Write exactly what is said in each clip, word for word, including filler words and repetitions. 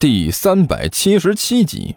第三百七十七集。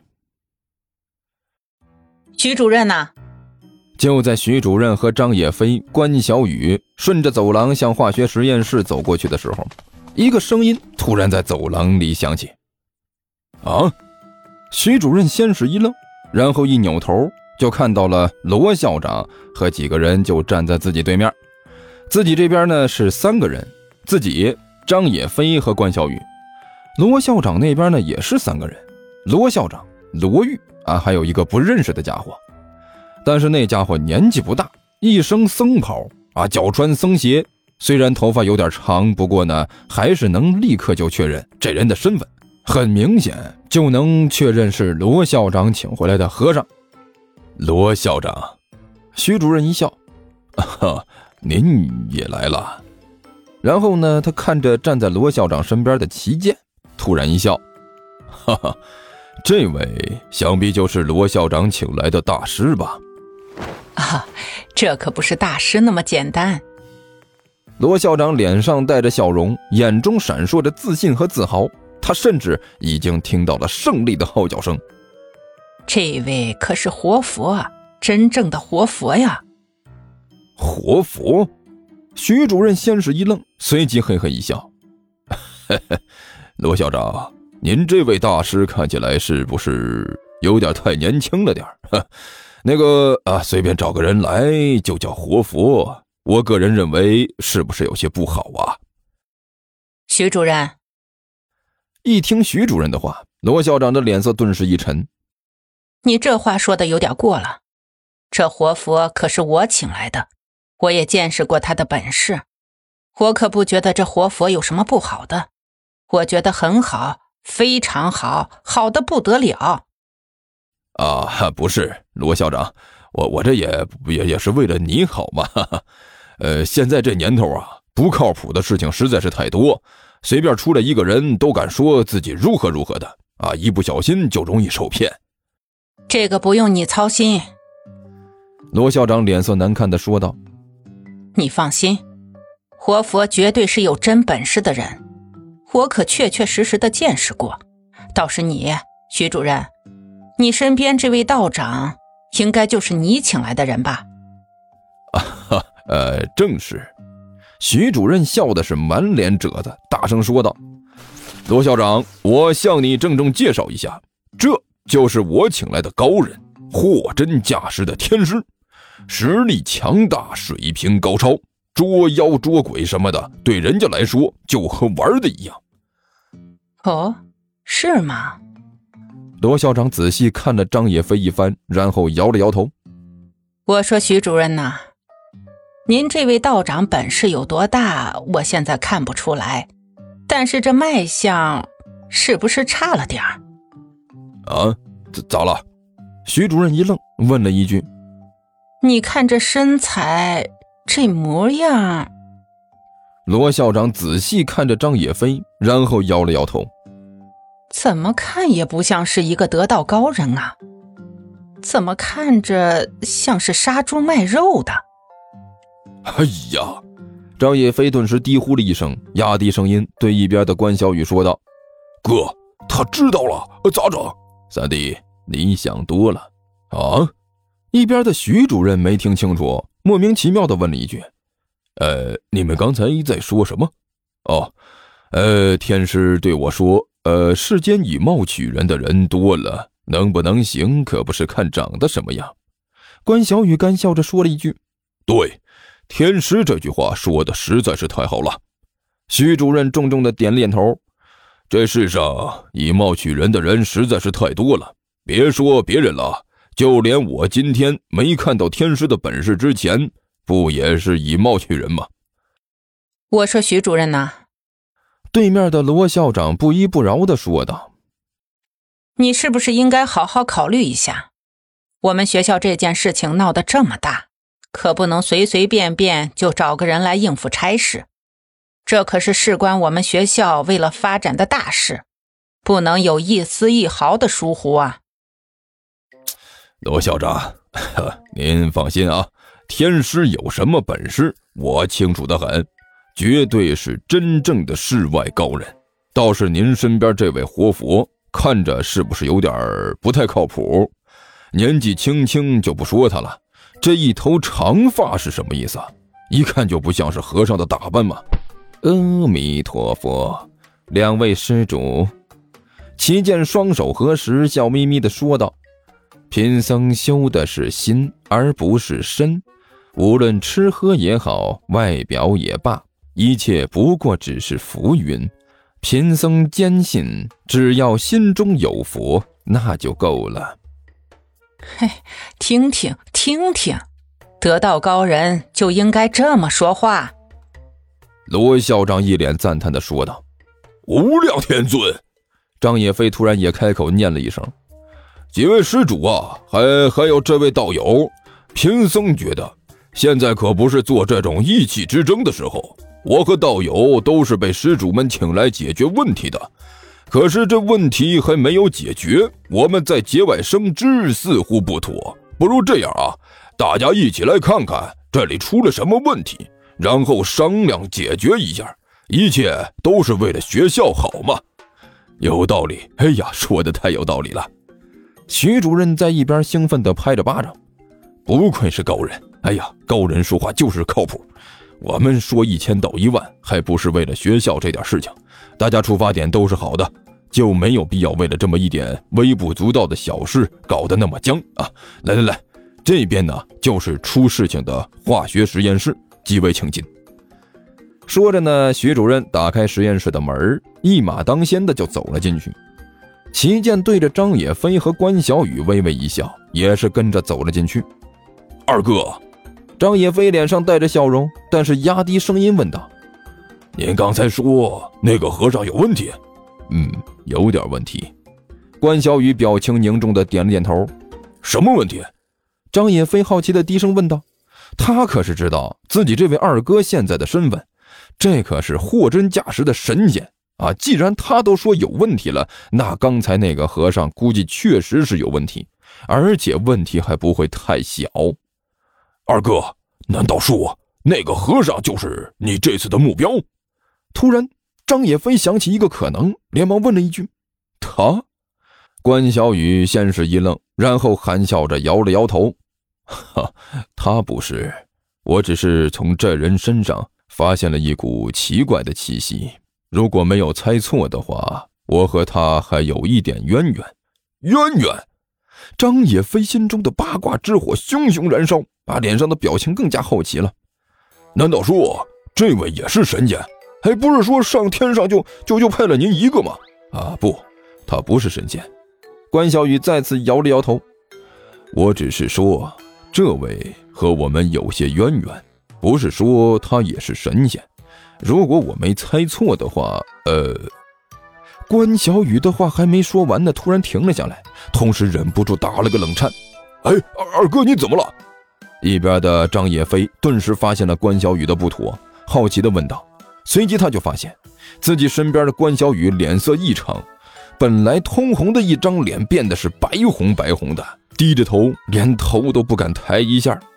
徐主任呢？ 就在徐主任和张野飞、关小雨顺着走廊向化学实验室走过去的时候，一个声音突然在走廊里响起。啊！徐主任先是一愣，然后一扭头就看到了罗校长和几个人就站在自己对面。自己这边呢是三个人，自己、张野飞和关小雨。罗校长那边呢也是三个人，罗校长、罗玉啊，还有一个不认识的家伙。但是那家伙年纪不大，一身僧袍啊，脚穿僧鞋，虽然头发有点长，不过呢还是能立刻就确认这人的身份，很明显就能确认是罗校长请回来的和尚。罗校长，徐主任一笑，啊，您也来了。然后呢他看着站在罗校长身边的齐健，突然一笑，哈哈，这位想必就是罗校长请来的大师吧？ 啊，这可不是大师那么简单。 罗校长脸上带着笑容，眼中闪烁着自信和自豪，他甚至已经听到了胜利的号角声。 这位可是活佛，真正的活佛呀！ 活佛？徐主任先是一愣，随即嘿嘿一笑，嘿嘿，罗校长，您这位大师看起来是不是有点太年轻了点？那个啊，随便找个人来就叫活佛，我个人认为是不是有些不好啊？ 徐主任。 一听徐主任的话，罗校长的脸色顿时一沉。 你这话说的有点过了，这活佛可是我请来的，我也见识过他的本事，我可不觉得这活佛有什么不好的，我觉得很好，非常好，好得不得了。 啊，不是，罗校长，我我这也也也是为了你好嘛。哈哈，呃，现在这年头啊，不靠谱的事情实在是太多，随便出来一个人都敢说自己如何如何的啊，一不小心就容易受骗。 这个不用你操心。 罗校长脸色难看地说道。 你放心，活佛绝对是有真本事的人，我可确确实实的见识过。倒是你，徐主任，你身边这位道长应该就是你请来的人吧？ 啊，呃，正是。徐主任笑的是满脸褶子，大声说道：罗校长，我向你郑重介绍一下，这就是我请来的高人，货真价实的天师，实力强大，水平高超，捉妖捉鬼什么的，对人家来说就和玩的一样。 哦，是吗？ 罗校长仔细看了张野飞一番，然后摇了摇头。 我说徐主任呐，您这位道长本事有多大，我现在看不出来，但是这脉象是不是差了点儿？ 啊，咋了？徐主任一愣，问了一句。 你看这身材，这模样。 罗校长仔细看着张野飞，然后摇了摇头。 怎么看也不像是一个得道高人啊，怎么看着像是杀猪卖肉的？ 哎呀！张野飞顿时低呼了一声，压低声音对一边的关小雨说道：哥，他知道了，咋整？三弟，你想多了啊！一边的徐主任没听清楚，莫名其妙地问了一句：呃，你们刚才在说什么？哦，呃，天师对我说，呃，世间以貌取人的人多了，能不能行可不是看长得什么样。关小雨干笑着说了一句：对，天师这句话说的实在是太好了。徐主任重重地点点头。这世上以貌取人的人实在是太多了，别说别人了，就连我今天没看到天师的本事之前，不也是以貌取人吗？ 我说徐主任呢？ 对面的罗校长不依不饶地说道： 你是不是应该好好考虑一下，我们学校这件事情闹得这么大，可不能随随便便就找个人来应付差事，这可是事关我们学校为了发展的大事，不能有一丝一毫的疏忽啊。 罗校长，您放心啊，天师有什么本事我清楚得很，绝对是真正的世外高人。倒是您身边这位活佛， 看着是不是有点不太靠谱？年纪轻轻就不说他了，这一头长发是什么意思啊？一看就不像是和尚的打扮嘛。阿弥陀佛，两位施主。齐剑双手合十，笑眯眯地说道：贫僧修的是心，而不是身，无论吃喝也好，外表也罢，一切不过只是浮云。贫僧坚信，只要心中有佛，那就够了。 嘿，听听听听，得道高人就应该这么说话。 罗校长一脸赞叹地说道：无量天尊！张野飞突然也开口念了一声：几位施主啊，还还有这位道友，贫僧觉得现在可不是做这种意气之争的时候，我和道友都是被施主们请来解决问题的，可是这问题还没有解决，我们在节外生枝似乎不妥，不如这样啊，大家一起来看看这里出了什么问题，然后商量解决一下，一切都是为了学校好嘛。有道理，哎呀，说的太有道理了。徐主任在一边兴奋地拍着巴掌，不愧是高人，哎呀，高人说话就是靠谱。我们说一千道一万，还不是为了学校这点事情，大家出发点都是好的，就没有必要为了这么一点微不足道的小事搞得那么僵啊！来来来，这边呢就是出事情的化学实验室，几位请进。说着呢，徐主任打开实验室的门，一马当先的就走了进去。齐健对着张野飞和关小雨微微一笑，也是跟着走了进去。二哥，张野飞脸上带着笑容，但是压低声音问道：您刚才说那个和尚有问题？嗯，有点问题。关小雨表情凝重的点了点头。什么问题？张野飞好奇的低声问道。他可是知道自己这位二哥现在的身份，这可是货真价实的神仙啊！既然他都说有问题了，那刚才那个和尚估计确实是有问题，而且问题还不会太小。二哥，难道说那个和尚就是你这次的目标？突然张野飞想起一个可能，连忙问了一句：他？关小雨先是一愣，然后含笑着摇了摇头：哈，他不是，我只是从这人身上发现了一股奇怪的气息，如果没有猜错的话，我和他还有一点渊源。渊源？张野飞心中的八卦之火熊熊燃烧，把脸上的表情更加好奇了。难道说这位也是神仙？还不是说上天上就就就派了您一个吗？啊，不，他不是神仙。关小雨再次摇了摇头。我只是说这位和我们有些渊源，不是说他也是神仙。如果我没猜错的话，呃……关小雨的话还没说完呢，突然停了下来，同时忍不住打了个冷颤。哎，二二哥你怎么了？一边的张野飞顿时发现了关小雨的不妥，好奇地问道。随即他就发现自己身边的关小雨脸色异常，本来通红的一张脸变得是白红白红的，低着头连头都不敢抬一下。